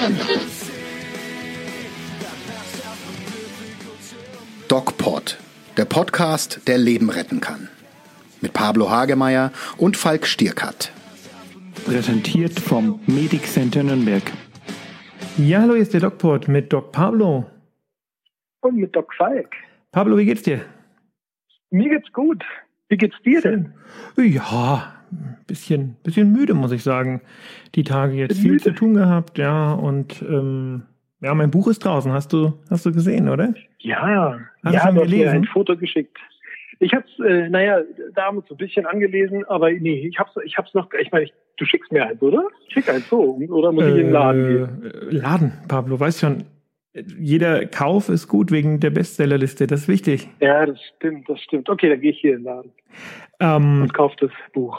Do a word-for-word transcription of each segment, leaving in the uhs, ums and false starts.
DocPod, der Podcast, der Leben retten kann. Mit Pablo Hagemeyer und Falk Stierkat. Präsentiert vom Medic Center Nürnberg. Ja, hallo, hier ist der DocPod mit Doc Pablo. Und mit Doc Falk. Pablo, wie geht's dir? Mir geht's gut. Wie geht's dir denn? Ja, ein bisschen, bisschen müde, muss ich sagen. Die Tage jetzt viel müde. zu tun gehabt, ja, und ähm, ja, mein Buch ist draußen. Hast du, hast du gesehen, oder? Ja, hast ja, du du hast mir ein Foto geschickt. Ich hab's, äh, naja, damals so ein bisschen angelesen, aber nee, ich hab's, ich hab's noch, ich meine, du schickst mir eins, oder? Schick eins so, oder muss ich in den Laden gehen? Laden, Pablo, weißt schon, jeder Kauf ist gut wegen der Bestsellerliste, das ist wichtig. Ja, das stimmt, das stimmt. Okay, dann gehe ich hier in den Laden ähm, und kaufe das Buch.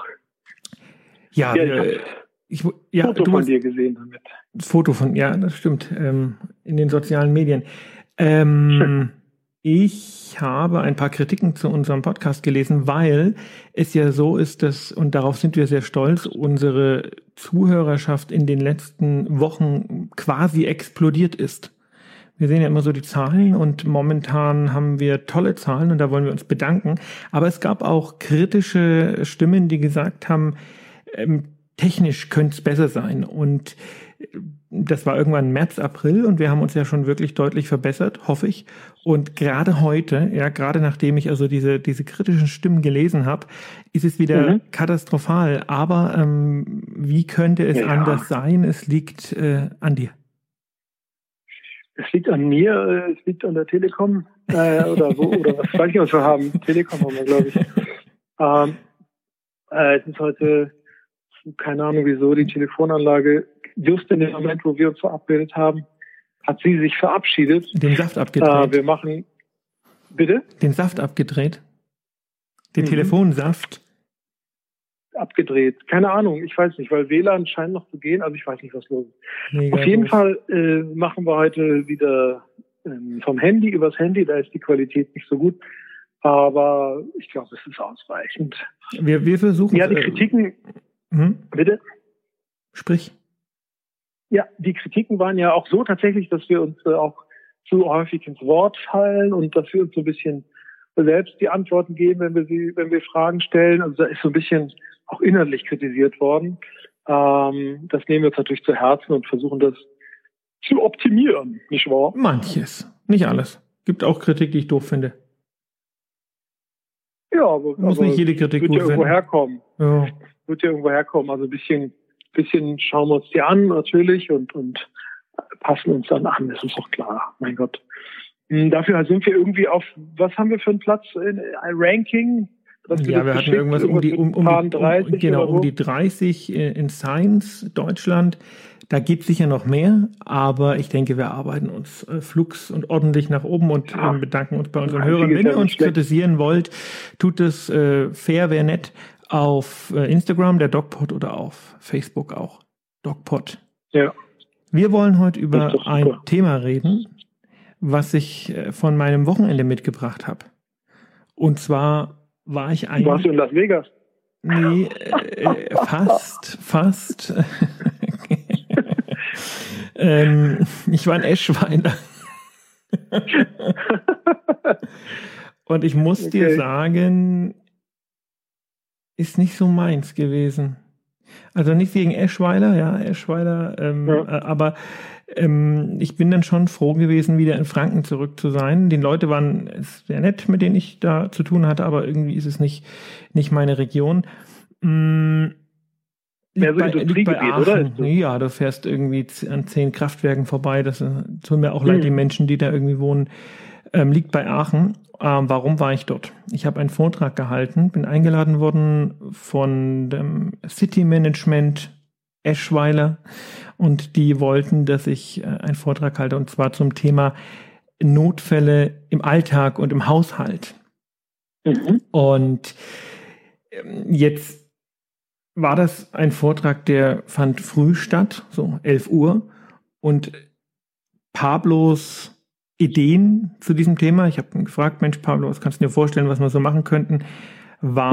Ja, ja ich habe ich, ja, Foto von dir gesehen damit. Foto von, ja, das stimmt, ähm, in den sozialen Medien. Ähm, ich habe ein paar Kritiken zu unserem Podcast gelesen, weil es ja so ist, dass, und darauf sind wir sehr stolz, unsere Zuhörerschaft in den letzten Wochen quasi explodiert ist. Wir sehen ja immer so die Zahlen und momentan haben wir tolle Zahlen und da wollen wir uns bedanken. Aber es gab auch kritische Stimmen, die gesagt haben, ähm, technisch könnte es besser sein. Und das war irgendwann März, April und wir haben uns ja schon wirklich deutlich verbessert, hoffe ich. Und gerade heute, ja, gerade nachdem ich also diese diese kritischen Stimmen gelesen habe, ist es wieder mhm. katastrophal. Aber ähm, wie könnte es ja. anders sein? Es liegt äh, an dir. Es liegt an mir, es liegt an der Telekom äh, oder wo oder was weiß ich, was wir haben. Telekom haben wir, glaube ich. Ähm, äh, es ist heute, keine Ahnung wieso, die Telefonanlage, just in dem Moment, wo wir uns verabredet haben, hat sie sich verabschiedet. Den Saft abgedreht. Äh, wir machen, bitte? Den Saft abgedreht. Den mhm. Telefonsaft. Abgedreht. Keine Ahnung, ich weiß nicht, weil W L A N scheint noch zu gehen, also ich weiß nicht, was los ist. Mega Auf jeden gut. Fall äh, machen wir heute wieder ähm, vom Handy übers Handy, da ist die Qualität nicht so gut, aber ich glaube, es ist ausreichend. Wir, wir versuchen... Ja, die Kritiken... Äh, hm? Bitte? Sprich. Ja, die Kritiken waren ja auch so tatsächlich, dass wir uns äh, auch zu häufig ins Wort fallen und dass wir uns so ein bisschen selbst die Antworten geben, wenn wir sie, wenn wir Fragen stellen. Also da ist so ein bisschen auch inhaltlich kritisiert worden. Ähm, das nehmen wir uns natürlich zu Herzen und versuchen das zu optimieren, nicht wahr? Manches, nicht alles. Gibt auch Kritik, die ich doof finde. Ja, aber, muss aber nicht jede Kritik wird gut ja irgendwo finden. herkommen. Ja. Wird ja irgendwo herkommen. Also ein bisschen, bisschen schauen wir uns die an natürlich und und passen uns dann an. Das ist doch klar. Mein Gott. Dafür sind wir irgendwie auf, was haben wir für einen Platz in ein Ranking? Ja, wir hatten irgendwas um die, um, um, um, um, genau, um die dreißig in Science Deutschland. Da gibt es sicher noch mehr, aber ich denke, wir arbeiten uns äh, flugs und ordentlich nach oben und ja. ähm, bedanken uns bei unseren ja, Hörern. Wenn ihr uns schlecht. kritisieren wollt, tut es äh, fair, wäre nett, auf äh, Instagram, der DocPod, oder auf Facebook auch. DocPod. Ja. Wir wollen heute über ein Thema reden, was ich äh, von meinem Wochenende mitgebracht habe. Und zwar war ich eigentlich... Warst du in Las Vegas? Nee, äh, fast, fast. ähm, ich war in Eschweiler. Und ich muss okay. dir sagen, ist nicht so meins gewesen. Also nicht wegen Eschweiler, ja, Eschweiler, ähm, ja. Äh, aber ähm, ich bin dann schon froh gewesen, wieder in Franken zurück zu sein. Die Leute waren sehr nett, mit denen ich da zu tun hatte, aber irgendwie ist es nicht, nicht meine Region. Mm, Mehr so Industriegebiet, oder? Ja, du fährst irgendwie an zehn Kraftwerken vorbei. Das äh, tut mir auch leid, hm. die Menschen, die da irgendwie wohnen. Ähm, liegt bei Aachen. Ähm, warum war ich dort? Ich habe einen Vortrag gehalten, bin eingeladen worden von dem City Management Eschweiler und die wollten, dass ich äh, einen Vortrag halte und zwar zum Thema Notfälle im Alltag und im Haushalt. Mhm. Und ähm, jetzt war das ein Vortrag, der fand früh statt, so elf Uhr, und Pablos Ideen zu diesem Thema, ich habe ihn gefragt, Mensch Pablo, was kannst du dir vorstellen, was wir so machen könnten,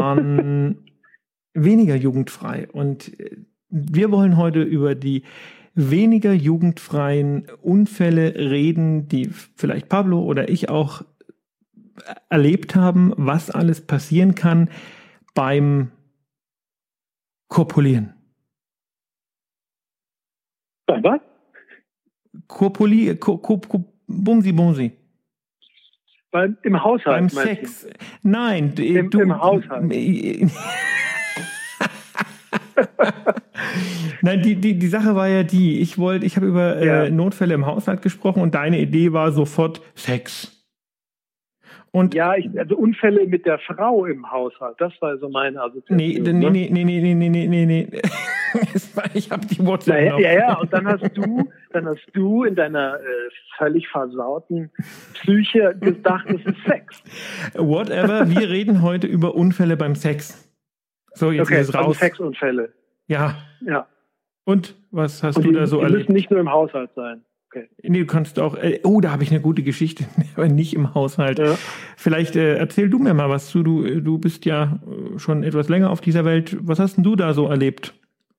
waren weniger jugendfrei. Und wir wollen heute über die weniger jugendfreien Unfälle reden, die vielleicht Pablo oder ich auch erlebt haben, was alles passieren kann beim Korpulieren. Beim was? Korpuli, ko, ko, ko, Bumsi, Bumsi. Beim, Im Haushalt, Beim Sex. Du? Nein. Im, du, im Haushalt. Nein, die, die, die Sache war ja die, ich wollte, ich habe über ja. äh, Notfälle im Haushalt gesprochen und deine Idee war sofort Sex. Und ja, ich, also Unfälle mit der Frau im Haushalt, das war so meine Assoziation. Nee, nee, ne? nee, nee, nee, nee, nee, nee, nee. Ich habe die WhatsApp naja, noch. Ja, ja, und dann hast du, dann hast du in deiner äh, völlig versauten Psyche gedacht, das ist Sex. Whatever, wir reden heute über Unfälle beim Sex. So, jetzt okay, ist es raus. Also Sexunfälle. Ja. Ja. Und was hast und du die, da so die erlebt? Die müssen nicht nur im Haushalt sein. Okay. Nee, du kannst auch, äh, oh, da habe ich eine gute Geschichte, aber nicht im Haushalt. Ja. Vielleicht äh, erzähl du mir mal was zu, du, du bist ja schon etwas länger auf dieser Welt. Was hast denn du da so erlebt?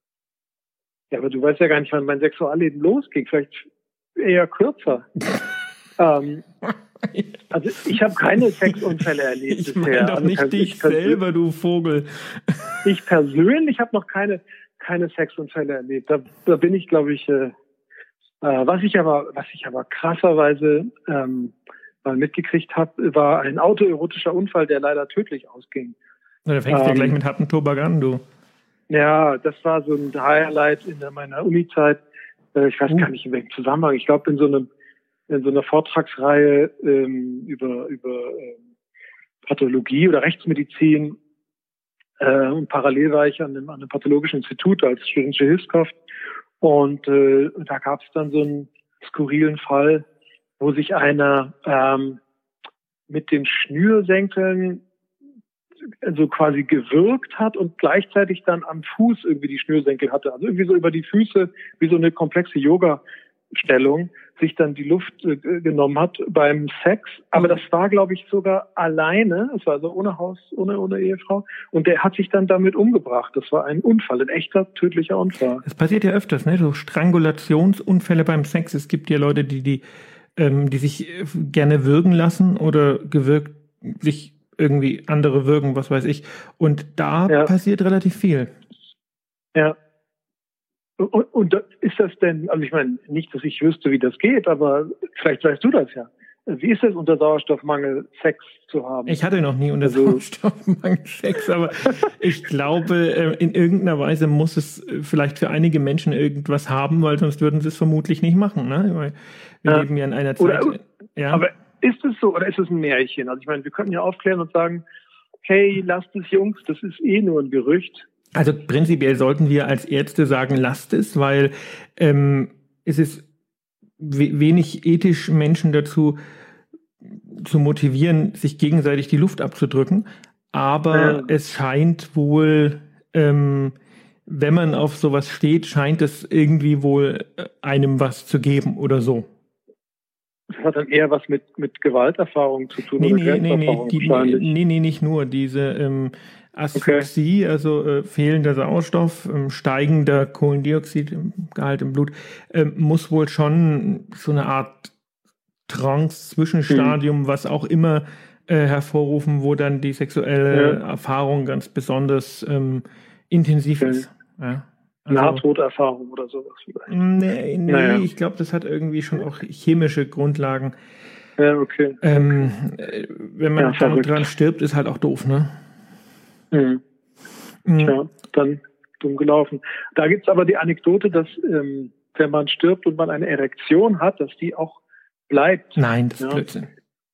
Ja, aber du weißt ja gar nicht, wann mein Sexualleben losging. Vielleicht eher kürzer. ähm, also ich habe keine Sexunfälle erlebt ich bisher. Ich meine doch also nicht dich selber, du Vogel. Ich persönlich habe noch keine, keine Sexunfälle erlebt. Da, da bin ich, glaube ich... Äh, Was ich aber, was ich aber krasserweise ähm, mal mitgekriegt habe, war ein autoerotischer Unfall, der leider tödlich ausging. Na, da fängst du ähm, ja gleich mit hartem Tobak an, du. Ja, das war so ein Highlight in meiner Uni-Zeit. Äh, ich weiß uh. gar nicht in welchem Zusammenhang. Ich glaube in so einem in so einer Vortragsreihe ähm, über über ähm, Pathologie oder Rechtsmedizin. Äh, und parallel war ich an einem, an einem pathologischen Institut als studentische Hilfskraft. Und äh, da gab es dann so einen skurrilen Fall, wo sich einer ähm, mit den Schnürsenkeln so quasi gewürgt hat und gleichzeitig dann am Fuß irgendwie die Schnürsenkel hatte. Also irgendwie so über die Füße, wie so eine komplexe Yoga-Stellung, sich dann die Luft äh, genommen hat beim Sex. Aber das war, glaube ich, sogar alleine. Es war also ohne Haus, ohne, ohne Ehefrau. Und der hat sich dann damit umgebracht. Das war ein Unfall, ein echter, tödlicher Unfall. Das passiert ja öfters, ne? So Strangulationsunfälle beim Sex. Es gibt ja Leute, die, die, ähm, die sich gerne würgen lassen oder gewürgt, sich irgendwie andere würgen, was weiß ich. Und da ja. passiert relativ viel. Ja. Und, und ist das denn, also ich meine, nicht, dass ich wüsste, wie das geht, aber vielleicht weißt du das ja. Wie ist es, unter Sauerstoffmangel Sex zu haben? Ich hatte noch nie unter also, Sauerstoffmangel Sex, aber ich glaube, in irgendeiner Weise muss es vielleicht für einige Menschen irgendwas haben, weil sonst würden sie es vermutlich nicht machen. Ne? Weil wir ja. leben ja in einer Zeit. Oder, ja. Aber ist es so oder ist es ein Märchen? Also ich meine, wir könnten ja aufklären und sagen, hey, lasst es Jungs, das ist eh nur ein Gerücht. Also prinzipiell sollten wir als Ärzte sagen, lasst es, weil ähm, es ist we- wenig ethisch, Menschen dazu zu motivieren, sich gegenseitig die Luft abzudrücken. Aber ja. es scheint wohl, ähm, wenn man auf sowas steht, scheint es irgendwie wohl einem was zu geben oder so. Das hat dann eher was mit, mit Gewalterfahrung zu tun. Nee, oder nee, nee, nee, die, nee, nee, nicht nur. Diese ähm, Asphyxie, okay. also äh, fehlender Sauerstoff, ähm, steigender Kohlendioxidgehalt im Blut, ähm, muss wohl schon so eine Art Trance-Zwischenstadium, mhm. was auch immer, äh, hervorrufen, wo dann die sexuelle ja. Erfahrung ganz besonders ähm, intensiv okay. ist. Ja. Also, Nahtoderfahrung oder sowas vielleicht. Nee, nee naja. Ich glaube, das hat irgendwie schon auch chemische Grundlagen. Ja, okay. Ähm, wenn man ja, dran stirbt, ist halt auch doof, ne? Mhm. Mhm. Ja, dann dumm gelaufen. Da gibt's aber die Anekdote, dass ähm, wenn man stirbt und man eine Erektion hat, dass die auch bleibt. Nein, das ist ja. Blödsinn.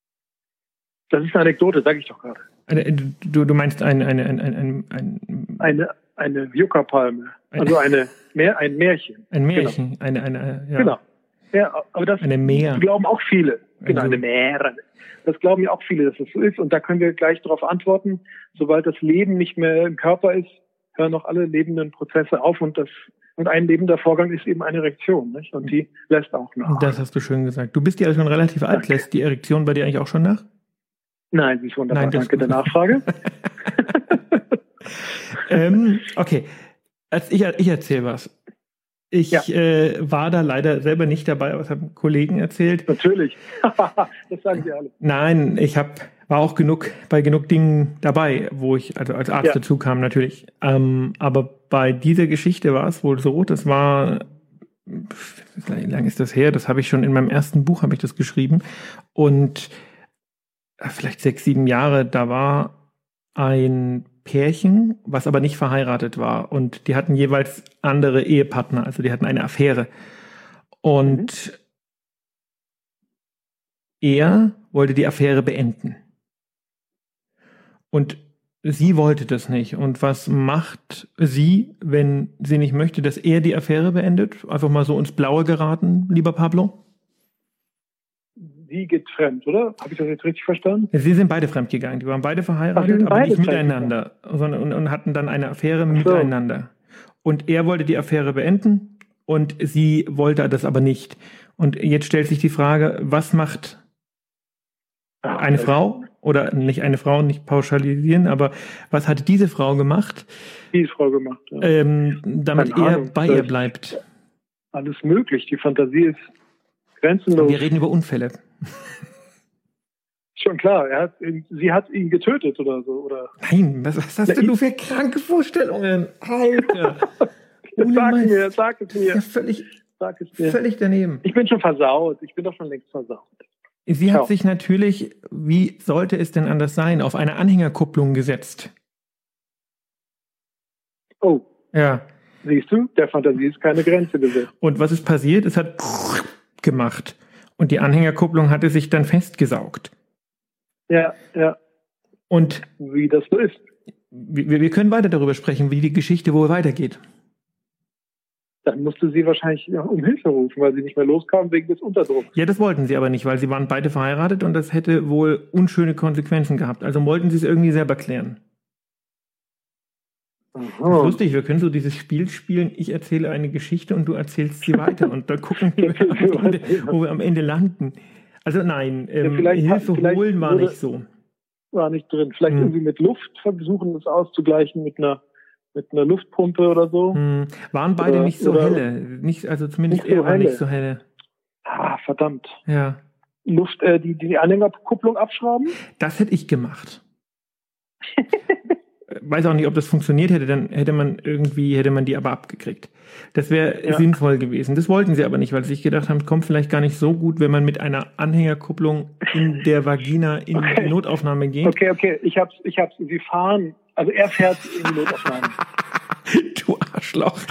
Das ist eine Anekdote, sage ich doch gerade. Eine, du, du meinst ein, eine, ein, ein, ein, ein eine eine Yucca-Palme, also eine Meer, ein Märchen. Ein Märchen, genau. eine, eine, ja. Genau. Ja, aber das eine Meer. glauben auch viele. Genau, also, eine Meer. Das glauben ja auch viele, dass das so ist. Und da können wir gleich darauf antworten. Sobald das Leben nicht mehr im Körper ist, hören auch alle lebenden Prozesse auf. Und das und ein lebender Vorgang ist eben eine Erektion, nicht? Und die lässt auch nach. Das hast du schön gesagt. Du bist ja schon relativ alt. Danke. Lässt die Erektion bei dir eigentlich auch schon nach? Nein, sie ist wunderbar. Nein, danke der Nachfrage. ähm, okay, also ich, ich erzähle was. Ich Ja. äh, war da leider selber nicht dabei, aber es haben Kollegen erzählt. Natürlich. Das sagen sie alle. Nein, ich hab, war auch genug bei genug Dingen dabei, wo ich also als Arzt Ja. dazu kam natürlich. Ähm, aber bei dieser Geschichte war es wohl so, das war, wie lange ist das her? Das habe ich schon in meinem ersten Buch habe ich das geschrieben und äh, vielleicht sechs, sieben Jahre. Da war ein Pärchen, was aber nicht verheiratet war und die hatten jeweils andere Ehepartner, also die hatten eine Affäre und mhm. er wollte die Affäre beenden und sie wollte das nicht. Und was macht sie, wenn sie nicht möchte, dass er die Affäre beendet? Einfach mal so ins Blaue geraten, lieber Pablo? Sie geht fremd, oder? Habe ich das jetzt richtig verstanden? Sie sind beide fremdgegangen. Die waren beide verheiratet, Ach, aber beide nicht miteinander, sondern und, und hatten dann eine Affäre so. miteinander. Und er wollte die Affäre beenden und sie wollte das aber nicht. Und jetzt stellt sich die Frage, was macht Ach, eine Frau? Oder nicht eine Frau, nicht pauschalisieren, aber was hat diese Frau gemacht? Die Frau gemacht, ja. ähm, damit Keine er Ahnung, bei ihr bleibt? Alles möglich. Die Fantasie ist grenzenlos. Wir reden über Unfälle. Schon klar, er hat ihn, sie hat ihn getötet oder so. Oder? Nein, was, was hast Na, du für kranke Vorstellungen? Alter. Sag mir, sag es mir. Ja völlig, sag es mir. Völlig daneben. Ich bin schon versaut. Ich bin doch schon längst versaut. Sie Ciao. hat sich natürlich, wie sollte es denn anders sein, auf eine Anhängerkupplung gesetzt. Oh. Ja. Siehst du, der Fantasie ist keine Grenze gesetzt. Und was ist passiert? Es hat gemacht. Und die Anhängerkupplung hatte sich dann festgesaugt. Ja, ja. Und wie das so ist. Wir, wir können weiter darüber sprechen, wie die Geschichte wohl weitergeht. Dann musste sie wahrscheinlich um Hilfe rufen, weil sie nicht mehr loskam wegen des Unterdrucks. Ja, das wollten sie aber nicht, weil sie waren beide verheiratet und das hätte wohl unschöne Konsequenzen gehabt. Also wollten sie es irgendwie selber klären. Aha. Das ist lustig, wir können so dieses Spiel spielen, ich erzähle eine Geschichte und du erzählst sie weiter und da gucken wir, am Ende, wo wir am Ende landen. Also nein, ähm, ja, Hilfe hat, holen war nicht so. War nicht drin. Vielleicht hm. irgendwie mit Luft versuchen, das auszugleichen mit einer mit einer Luftpumpe oder so. Hm. Waren beide oder, nicht so helle. Nicht, also zumindest nicht er so war helle. nicht so helle. Ah, verdammt. Ja. Luft, äh, die, die Anhängerkupplung abschrauben? Das hätte ich gemacht. Weiß auch nicht, ob das funktioniert hätte, dann hätte man irgendwie, hätte man die aber abgekriegt. Das wäre ja. sinnvoll gewesen. Das wollten sie aber nicht, weil sie sich gedacht haben, kommt vielleicht gar nicht so gut, wenn man mit einer Anhängerkupplung in der Vagina in okay. die Notaufnahme geht. Okay, okay, ich hab's, ich hab's, sie fahren, also er fährt in die Notaufnahme. Du Arschloch.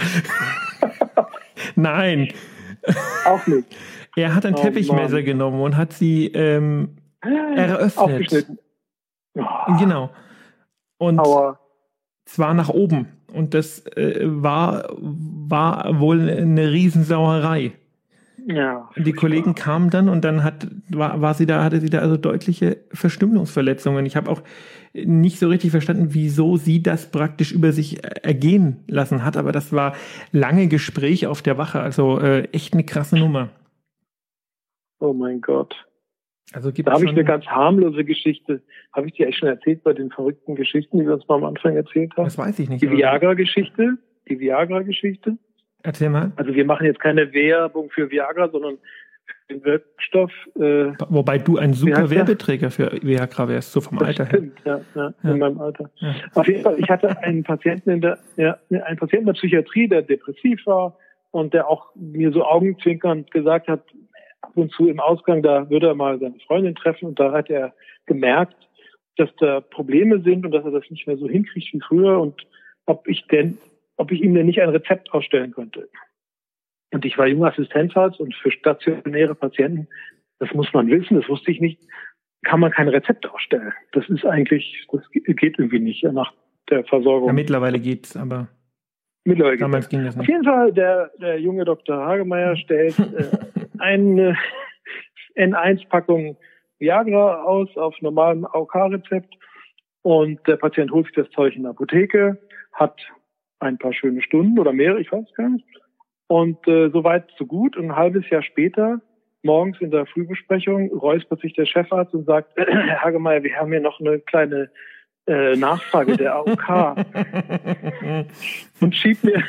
Nein. Auch nicht. Er hat ein oh, Teppichmesser Mann. genommen und hat sie ähm, eröffnet. Aufgeschnitten. Oh. Genau. Und Aua. zwar nach oben. Und das äh, war, war wohl eine Riesensauerei. Ja. Und die Kollegen kamen dann und dann hat, war, war sie da, hatte sie da also deutliche Verstümmelungsverletzungen. Ich habe auch nicht so richtig verstanden, wieso sie das praktisch über sich ergehen lassen hat. Aber das war lange Gespräch auf der Wache. Also äh, echt eine krasse Nummer. Oh mein Gott. Also da habe ich eine ganz harmlose Geschichte. Habe ich dir echt schon erzählt bei den verrückten Geschichten, die wir uns mal am Anfang erzählt haben? Das weiß ich nicht. Die Viagra-Geschichte. Die Viagra-Geschichte. Erzähl mal. Also wir machen jetzt keine Werbung für Viagra, sondern für den Wirkstoff. Äh, Wobei du ein super Werbeträger für Viagra wärst, so vom das Alter stimmt, her. Ja, ja, ja, in meinem Alter. Ja. Auf jeden Fall, ich hatte einen Patienten in der, ja, einen Patienten in der Psychiatrie, der depressiv war und der auch mir so augenzwinkernd gesagt hat, ab und zu im Ausgang, da würde er mal seine Freundin treffen und da hat er gemerkt, dass da Probleme sind und dass er das nicht mehr so hinkriegt wie früher und ob ich denn, ob ich ihm denn nicht ein Rezept ausstellen könnte. Und ich war junger Assistenzarzt und für stationäre Patienten, das muss man wissen, das wusste ich nicht, kann man kein Rezept ausstellen. Das ist eigentlich, das geht irgendwie nicht nach der Versorgung. Ja, mittlerweile geht's, aber mittlerweile damals ging das nicht. Auf jeden Fall, der, der junge Doktor Hagemeyer stellt äh, eine N eins Packung Viagra aus auf normalem A O K-Rezept und der Patient holt sich das Zeug in der Apotheke, hat ein paar schöne Stunden oder mehrere, ich weiß gar nicht. Und äh, so weit, so gut. Und ein halbes Jahr später, morgens in der Frühbesprechung, räuspert sich der Chefarzt und sagt, Herr Hagemeyer, wir haben hier noch eine kleine äh, Nachfrage der A O K und schiebt mir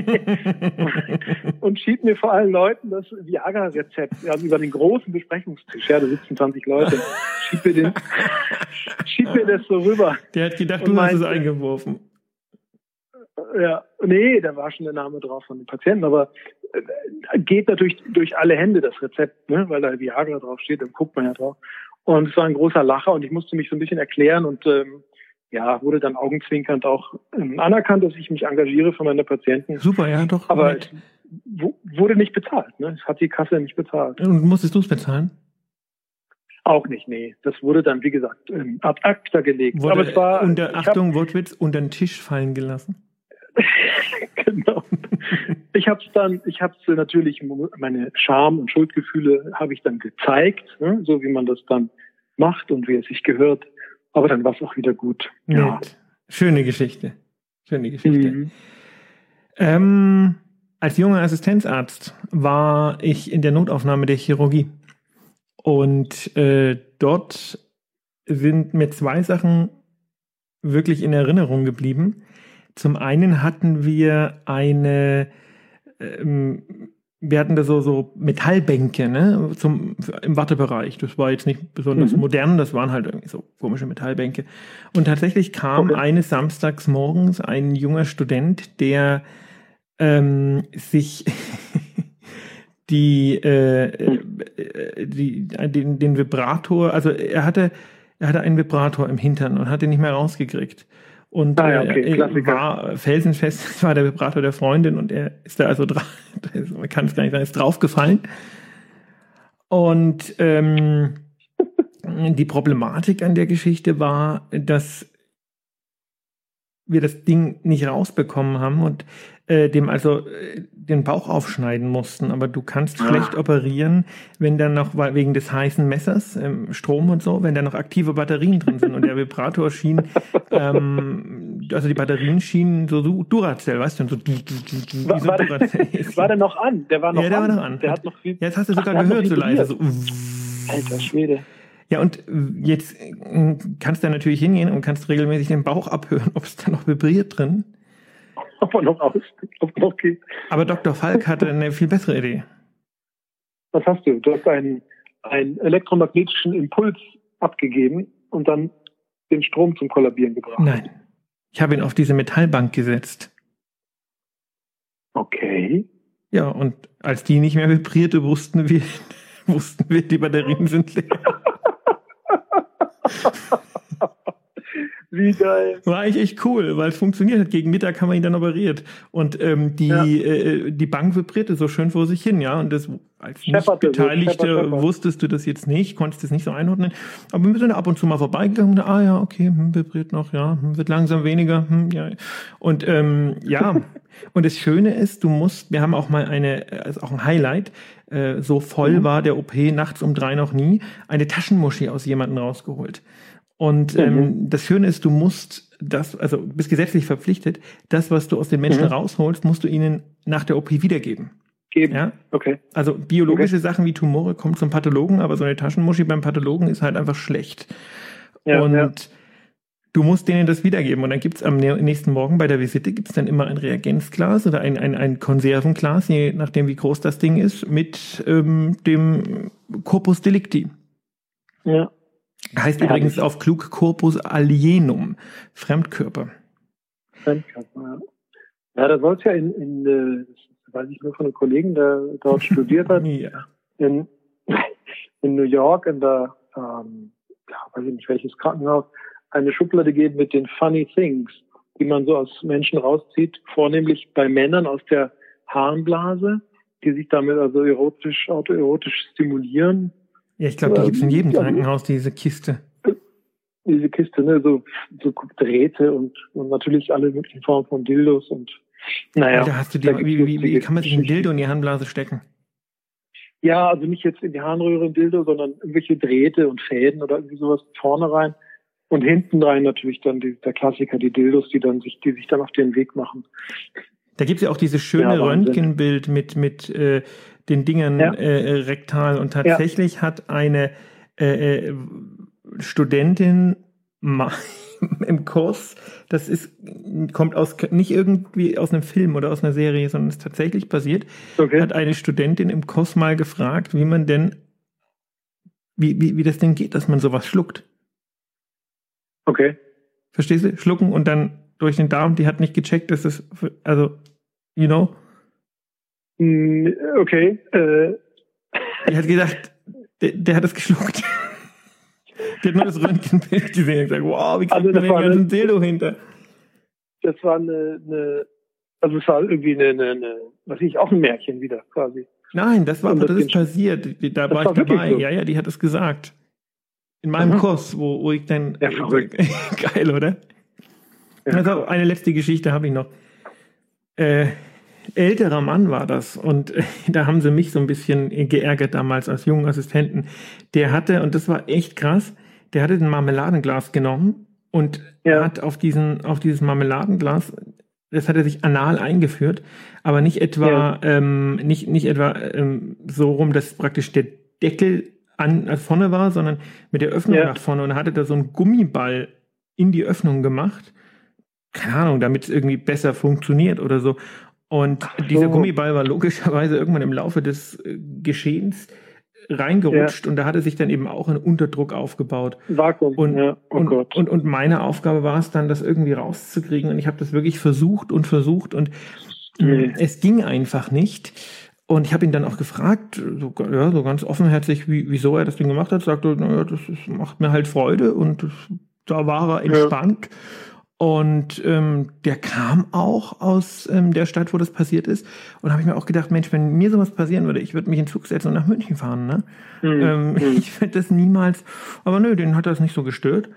und schiebt mir vor allen Leuten das Viagra-Rezept also über den großen Besprechungstisch. Ja, da sitzen zwanzig Leute. Schiebt mir, den, schiebt mir das so rüber. Der hat gedacht, du meinte, hast es eingeworfen. Ja, nee, da war schon der Name drauf von dem Patienten, aber äh, geht natürlich durch alle Hände das Rezept, ne, weil da Viagra drauf steht, dann guckt man ja drauf. Und es war ein großer Lacher und ich musste mich so ein bisschen erklären und ähm, ja, wurde dann augenzwinkernd auch ähm, anerkannt, dass ich mich engagiere für meine Patienten. Super, ja, doch. Aber es w- wurde nicht bezahlt, ne? Es hat die Kasse nicht bezahlt. Und musstest du es bezahlen? Auch nicht, nee. Das wurde dann, wie gesagt, ähm, ad acta gelegt. Wurde, aber es war unter, Achtung, Wortwitz, unter den Tisch fallen gelassen. Genau. Ich habe es dann, ich habe es natürlich, meine Scham und Schuldgefühle habe ich dann gezeigt, ne, so wie man das dann macht und wie es sich gehört. Aber dann war es auch wieder gut. Nett. Ja. Schöne Geschichte. Schöne Geschichte. Mhm. Ähm, als junger Assistenzarzt war ich in der Notaufnahme der Chirurgie. Und äh, dort sind mir zwei Sachen wirklich in Erinnerung geblieben. Zum einen hatten wir eine, ähm, wir hatten da so, so Metallbänke, ne, zum, im Wartebereich. Das war jetzt nicht besonders mhm. modern, das waren halt irgendwie so komische Metallbänke. Und tatsächlich kam okay. eines Samstags morgens ein junger Student, der ähm, sich die, äh, die, den, den Vibrator, also er hatte, er hatte einen Vibrator im Hintern und hat den nicht mehr rausgekriegt. Und ah, ja, okay. äh, war felsenfest, das war der Vibrator der Freundin und er ist da also drauf, man kann es gar nicht sagen, ist draufgefallen. Und ähm, die Problematik an der Geschichte war, dass wir das Ding nicht rausbekommen haben und äh, dem also äh, den Bauch aufschneiden mussten. Aber du kannst ah. schlecht operieren, wenn dann noch, wegen des heißen Messers, ähm, Strom und so, wenn da noch aktive Batterien drin sind. Und der Vibrator schien, ähm, also die Batterien schienen so Duracell, weißt du, so, wie war, so war, Duracell. Der, war der noch an? Der war noch ja, der an. war noch an. Der hat noch viel, Jetzt hast du sogar Ach, gehört so leise. So. Alter Schwede. Ja, und jetzt kannst du natürlich hingehen und kannst regelmäßig den Bauch abhören, ob es da noch vibriert drin. Ob er noch aus, ob noch geht. Aber Doktor Falk hatte eine viel bessere Idee. Was hast du? Du hast einen, einen elektromagnetischen Impuls abgegeben und dann den Strom zum Kollabieren gebracht. Nein. Ich habe ihn auf diese Metallbank gesetzt. Okay. Ja, und als die nicht mehr vibrierte, wussten wir, wussten wir, die Batterien sind leer. Wie geil. War eigentlich echt cool, weil es funktioniert hat. Gegen Mittag haben wir ihn dann operiert. Und ähm, die, ja. äh, die Bank vibrierte so schön vor sich hin, ja. Und das als Nicht-Beteiligte so, wusstest du das jetzt nicht, konntest es nicht so einordnen. Aber wir sind ab und zu mal vorbeigegangen. Ah ja, okay, hm, vibriert noch, ja, hm, wird langsam weniger. Hm, ja. Und ähm, ja, und das Schöne ist, du musst, wir haben auch mal eine, also auch ein Highlight, äh, so voll mhm. war der O P nachts um drei noch nie, eine Taschenmuschi aus jemandem rausgeholt. Und mhm. ähm, das Schöne ist, du musst das, also bist gesetzlich verpflichtet, das, was du aus den Menschen mhm. rausholst, musst du ihnen nach der O P wiedergeben. Geben. Ja? Okay. Also biologische okay. Sachen wie Tumore kommen zum Pathologen, aber so eine Taschenmuschi beim Pathologen ist halt einfach schlecht. Ja, und ja. du musst denen das wiedergeben. Und dann gibt's am nächsten Morgen bei der Visite gibt's dann immer ein Reagenzglas oder ein, ein, ein Konservenglas, je nachdem wie groß das Ding ist, mit ähm, dem Corpus Delicti. Ja. Heißt ja, übrigens auf klug Corpus alienum, Fremdkörper. Fremdkörper, ja. Ja, da soll es ja in, in, das weiß ich nur von einem Kollegen, der dort studiert hat, ja. in, in New York, in der, ähm, ja, weiß ich nicht welches Krankenhaus, eine Schublade geben mit den Funny Things, die man so aus Menschen rauszieht, vornehmlich bei Männern aus der Harnblase, die sich damit also erotisch, autoerotisch stimulieren. Ja, ich glaube, die gibt es in jedem Krankenhaus, diese Kiste. Diese Kiste, ne, so, so Drähte und, und natürlich alle möglichen Formen von Dildos und, naja. Alter, hast du die, wie, wie, wie kann man sich ein Dildo in die Harnblase stecken? Ja, also nicht jetzt in die Harnröhre ein Dildo, sondern irgendwelche Drähte und Fäden oder irgendwie sowas vorne rein. Und hinten rein natürlich dann die, der Klassiker, die Dildos, die dann sich, die sich dann auf den Weg machen. Da gibt es ja auch dieses schöne ja, Röntgenbild mit, mit, äh, den Dingern ja. äh, rektal und tatsächlich ja. hat eine äh, Studentin im Kurs, das ist, kommt aus, nicht irgendwie aus einem Film oder aus einer Serie, sondern ist tatsächlich passiert, okay. Hat eine Studentin im Kurs mal gefragt, wie man denn, wie, wie, wie das denn geht, dass man sowas schluckt. Okay. Verstehst du? Schlucken und dann durch den Darm, die hat nicht gecheckt, dass es, also, you know? Okay. Äh. Die hat gedacht, der, der hat es geschluckt. Die hat nur das Röntgenbild gesehen und gesagt, wow, wie kriegt also man den ganzen eine, Dildo hinter? Das war eine, eine, also es war irgendwie eine, eine, eine was ich, auch ein Märchen wieder quasi. Nein, das war, das, das ist passiert. Da war ich dabei. So. Ja, ja, die hat es gesagt. In meinem mhm. Kurs, wo, wo ich dann, ja, verrückt. Geil, oder? Ja. Also eine letzte Geschichte habe ich noch. Äh, älterer Mann war das und äh, da haben sie mich so ein bisschen geärgert damals als jungen Assistenten. Der hatte, und das war echt krass, der hatte ein Marmeladenglas genommen und ja. hat auf diesen, auf dieses Marmeladenglas, das hat er sich anal eingeführt, aber nicht etwa, ja. ähm, nicht, nicht etwa ähm, so rum, dass praktisch der Deckel an, an vorne war, sondern mit der Öffnung ja. nach vorne und hatte da so einen Gummiball in die Öffnung gemacht. Keine Ahnung, damit es irgendwie besser funktioniert oder so. Und so. Dieser Gummiball war logischerweise irgendwann im Laufe des äh, Geschehens reingerutscht ja. und da hatte sich dann eben auch ein Unterdruck aufgebaut. Vakuum, und, ja. Oh und, Gott. Und, und meine Aufgabe war es dann, das irgendwie rauszukriegen und ich habe das wirklich versucht und versucht und nee. es ging einfach nicht. Und ich habe ihn dann auch gefragt, so, ja, so ganz offenherzig, wie, wieso er das Ding gemacht hat. Sagte, naja, das ist, macht mir halt Freude und das, da war er entspannt. Ja. Und ähm, der kam auch aus ähm, der Stadt, wo das passiert ist. Und habe ich mir auch gedacht, Mensch, wenn mir sowas passieren würde, ich würde mich in den Zug setzen und nach München fahren. Ne? Mhm. Ähm, mhm. Ich würde das niemals, aber nö, den hat das nicht so gestört.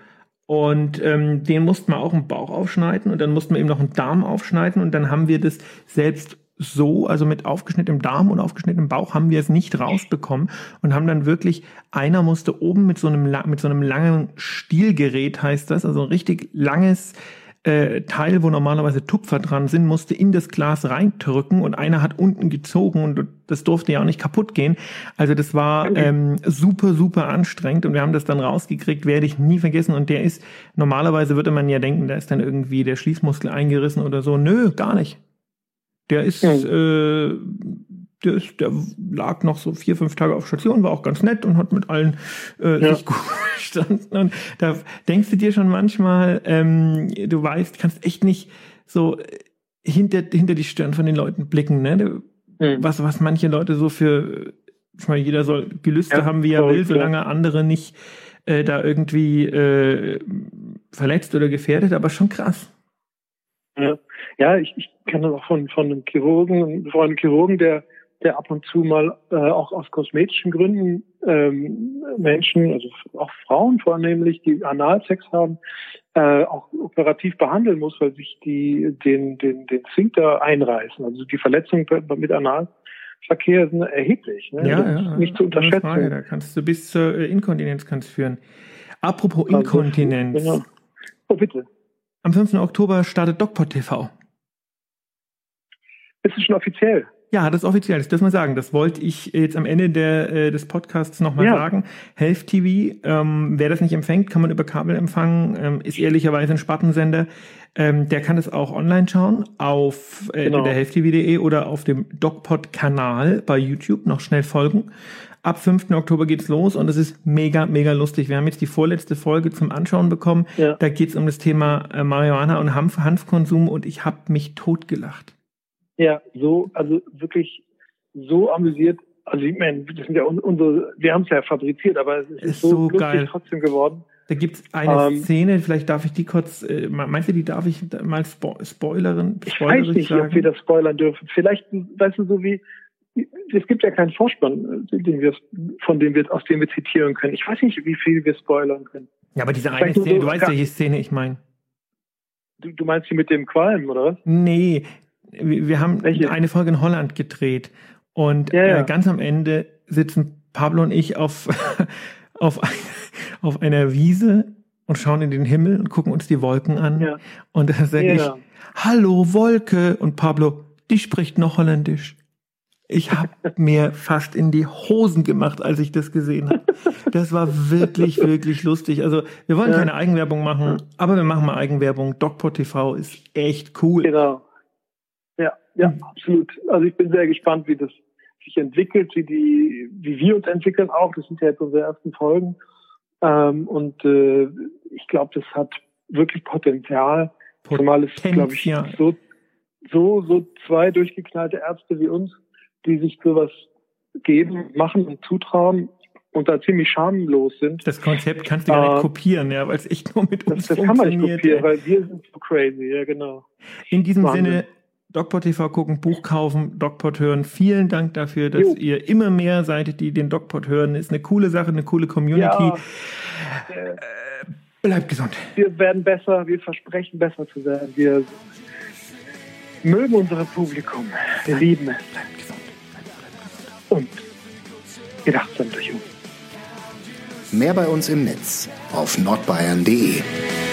Und ähm, den mussten wir auch im Bauch aufschneiden und dann mussten wir eben noch einen Darm aufschneiden und dann haben wir das selbst so, also mit aufgeschnittenem Darm und aufgeschnittenem Bauch haben wir es nicht rausbekommen und haben dann wirklich, einer musste oben mit so einem, mit so einem langen Stielgerät, heißt das, also ein richtig langes äh, Teil, wo normalerweise Tupfer dran sind, musste in das Glas reindrücken und einer hat unten gezogen und das durfte ja auch nicht kaputt gehen. Also das war ähm, super, super anstrengend und wir haben das dann rausgekriegt, werde ich nie vergessen und der ist, normalerweise würde man ja denken, da ist dann irgendwie der Schließmuskel eingerissen oder so. Nö, gar nicht. Der ist, ja. äh, der ist, der lag noch so vier, fünf Tage auf Station, war auch ganz nett und hat mit allen äh, ja. sich gut verstanden. Und da denkst du dir schon manchmal, ähm, du weißt, kannst echt nicht so hinter, hinter die Stirn von den Leuten blicken, ne? Du, mhm. Was, was manche Leute so für, ich meine, jeder soll Gelüste ja, haben, wie er will, solange andere nicht äh, da irgendwie äh, verletzt oder gefährdet, aber schon krass. Ja, ja ich, ich kenne das auch von, von einem Chirurgen, von einem Chirurgen, der, der ab und zu mal äh, auch aus kosmetischen Gründen ähm, Menschen, also auch Frauen vornehmlich, die Analsex haben, äh, auch operativ behandeln muss, weil sich die den den den Sphinkter einreißen. Also die Verletzungen mit Analverkehr sind erheblich. Ne? Ja, ja, nicht zu unterschätzen. Frage, da kannst du bis zur Inkontinenz kannst führen. Apropos Inkontinenz. Also, genau. Oh, bitte. Am fünften Oktober startet DocPod T V. Ist es schon offiziell? Ja, das ist offiziell, das dürfen wir sagen. Das wollte ich jetzt am Ende der, äh, des Podcasts nochmal ja. sagen. Health T V, ähm, wer das nicht empfängt, kann man über Kabel empfangen, ähm, ist ehrlicherweise ein Spartensender. Ähm, der kann es auch online schauen auf äh, genau. der health t v punkt de oder auf dem DocPod-Kanal bei YouTube. Noch schnell folgen. Ab fünften Oktober geht's los und es ist mega, mega lustig. Wir haben jetzt die vorletzte Folge zum Anschauen bekommen. Ja. Da geht's um das Thema äh, Marihuana und Hanf, Hanfkonsum und ich habe mich totgelacht. Ja, so, also wirklich so amüsiert. Also ich meine, das sind ja unsere, wir haben es ja fabriziert, aber es ist, ist so, so lustig geil. Trotzdem geworden. Da gibt's eine ähm, Szene, vielleicht darf ich die kurz, äh, meinst du, die darf ich mal spo spoilern? Ich weiß nicht, sagen? ob wir das spoilern dürfen. Vielleicht, weißt du, so wie, es gibt ja keinen Vorspann, den wir, von dem wir, aus dem wir zitieren können. Ich weiß nicht, wie viel wir spoilern können. Ja, aber diese eine Szene, so, du weißt, welche Szene ich meine. Du, du meinst die mit dem Qualm, oder was? Nee, wir, wir haben welche? eine Folge in Holland gedreht und ja, ja. Äh, ganz am Ende sitzen Pablo und ich auf, auf, auf einer Wiese und schauen in den Himmel und gucken uns die Wolken an. Ja. Und da sage ja. ich, hallo Wolke. Und Pablo, die spricht noch Holländisch. Ich habe mir fast in die Hosen gemacht, als ich das gesehen habe. Das war wirklich, wirklich lustig. Also wir wollen ja. keine Eigenwerbung machen, aber wir machen mal Eigenwerbung. DocPod T V ist echt cool. Genau. Ja, ja, absolut. Also ich bin sehr gespannt, wie das sich entwickelt, wie die, wie wir uns entwickeln auch. Das sind ja jetzt unsere ersten Folgen. Ähm, und äh, ich glaube, das hat wirklich Potenzial. Zumal es, glaube ich, so, so, so zwei durchgeknallte Ärzte wie uns, die sich sowas geben, machen und zutrauen und da ziemlich schamlos sind. Das Konzept kannst du gar nicht äh, kopieren, ja, weil es echt nur mit uns das, das funktioniert. Das kann man nicht kopieren, weil wir sind so crazy, ja genau. In diesem Wahnsinn. Sinne, DocPod T V gucken, Buch kaufen, DocPod hören. Vielen Dank dafür, dass jo. ihr immer mehr seid, die den DocPod hören. Ist eine coole Sache, eine coole Community. Ja. Äh, bleibt gesund. Wir werden besser, wir versprechen besser zu werden. Wir mögen unser Publikum. Wir bleibt, lieben es. Bleibt gesund. Bleibt, bleibt gesund. Und gedachtsam durch uns. Mehr bei uns im Netz auf nordbayern punkt de.